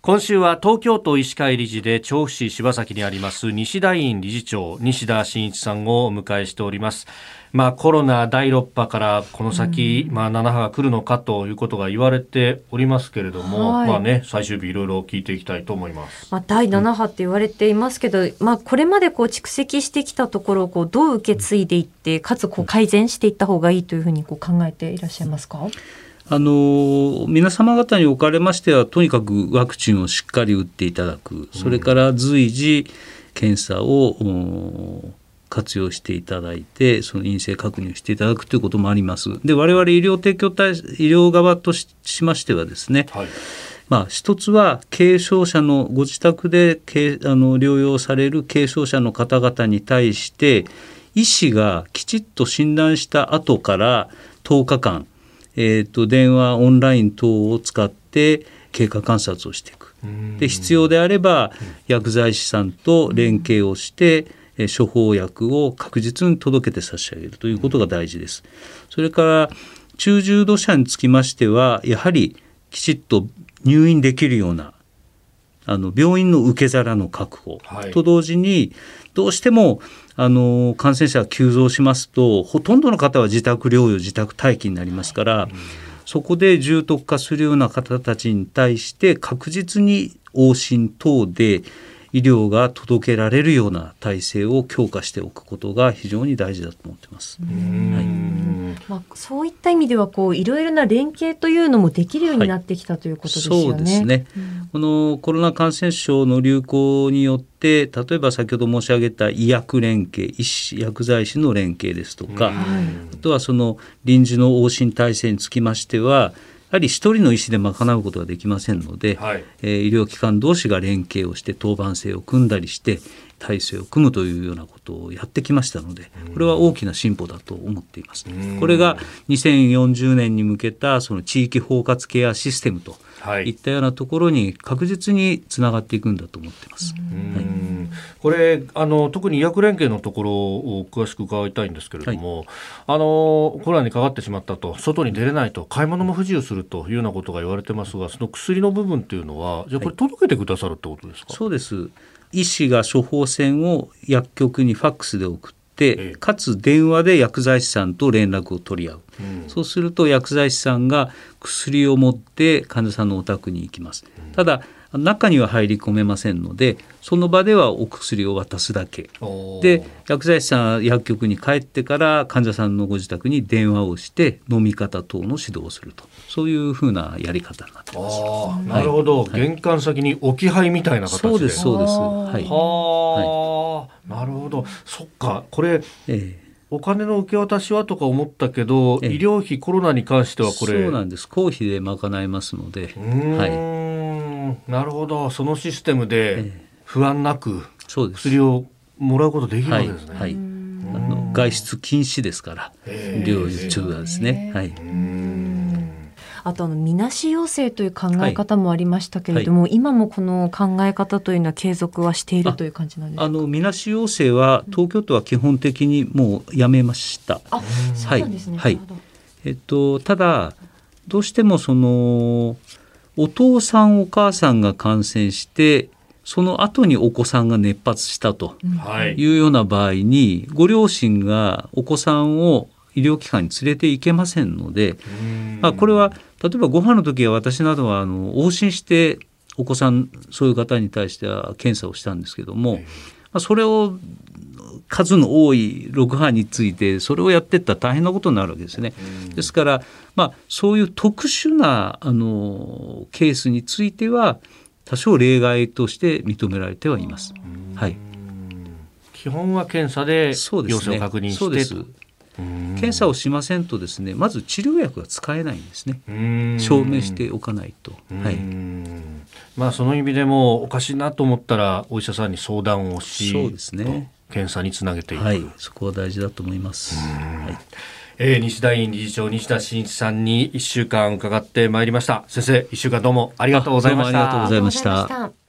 今週は東京都医師会理事で調布市柴崎にあります西田院理事長西田真一さんをお迎えしております。コロナ第6波からこの先、7波が来るのかということが言われておりますけれども、最終日いろいろ聞いていきたいと思います。 第7波って言われていますけど、これまで蓄積してきたところをどう受け継いでいってかつ改善していった方がいいというふうに考えていらっしゃいますか？ 皆様方におかれましてはとにかくワクチンをしっかり打っていただく、それから随時検査を活用していただいてその陰性確認をしていただくということもあります。で、我々医療側と しましてはですね、一つは軽症者のご自宅で療養される軽症者の方々に対して医師がきちっと診断した後から10日間電話オンライン等を使って経過観察をしていく。で、必要であれば薬剤師さんと連携をして処方薬を確実に届けて差し上げるということが大事です。それから中重度者につきましてはやはりきちっと入院できるような病院の受け皿の確保、と同時にどうしても感染者が急増しますとほとんどの方は自宅療養自宅待機になりますから、そこで重篤化するような方たちに対して確実に往診等で医療が届けられるような体制を強化しておくことが非常に大事だと思っています。 そういった意味ではいろいろな連携というのもできるようになってきたということですよね。 そうですね、このコロナ感染症の流行によって例えば先ほど申し上げた医薬連携、医師薬剤師の連携ですとか、あとはその臨時の往診体制につきましてはやはり一人の医師で賄うことができませんので、医療機関同士が連携をして当番制を組んだりして体制を組むというようなことをやってきましたので、これは大きな進歩だと思っています。これが2040年に向けたその地域包括ケアシステムといったようなところに確実につながっていくんだと思っています。 これ特に医薬連携のところを詳しく伺いたいんですけれども、コロナにかかってしまったと外に出れないと買い物も不自由するというようなことが言われてますが、その薬の部分というのはじゃあこれ届けてくださるってことですか？ そうです。医師が処方箋を薬局にファックスで送ってかつ電話で薬剤師さんと連絡を取り合う、そうすると薬剤師さんが薬を持って患者さんのお宅に行きます。ただ中には入り込めませんのでその場ではお薬を渡すだけで、薬剤師さんは薬局に帰ってから患者さんのご自宅に電話をして飲み方等の指導をすると、そういうふうなやり方になっています。 なるほど、玄関先に置き配みたいな形で。 そうですそうです。 なるほど。そっか、これ、お金の受け渡しはとか思ったけど、医療費コロナに関してはこれそうなんです。公費で賄えますので。 なるほど。そのシステムで不安なく薬をもらうことできるわけですね。 外出禁止ですから療養中はですね。 あとみなし陽性という考え方もありましたけれども、今もこの考え方というのは継続はしているという感じなんですか？ みなし陽性は東京都は基本的にもうやめました。 そうなんですね。 ただどうしてもお父さんお母さんが感染してその後にお子さんが熱発したというような場合に、ご両親がお子さんを医療機関に連れて行けませんので、これは例えばご飯の時は私などは往診してお子さんそういう方に対しては検査をしたんですけども、それを数の多い6波についてそれをやっていったら大変なことになるわけですね。ですから、そういう特殊なケースについては多少例外として認められてはいます。 基本は検査で陽性を確認して。そうです。 検査をしませんとですね、まず治療薬が使えないんですね。証明しておかないと。 その意味でもおかしいなと思ったらお医者さんに相談をし、 そうですね、 検査につなげていく、 そこは大事だと思います。 西田院理事長西田真一さんに1週間伺ってまいりました。先生、1週間どうもありがとうございました。 どうもありがとうございました。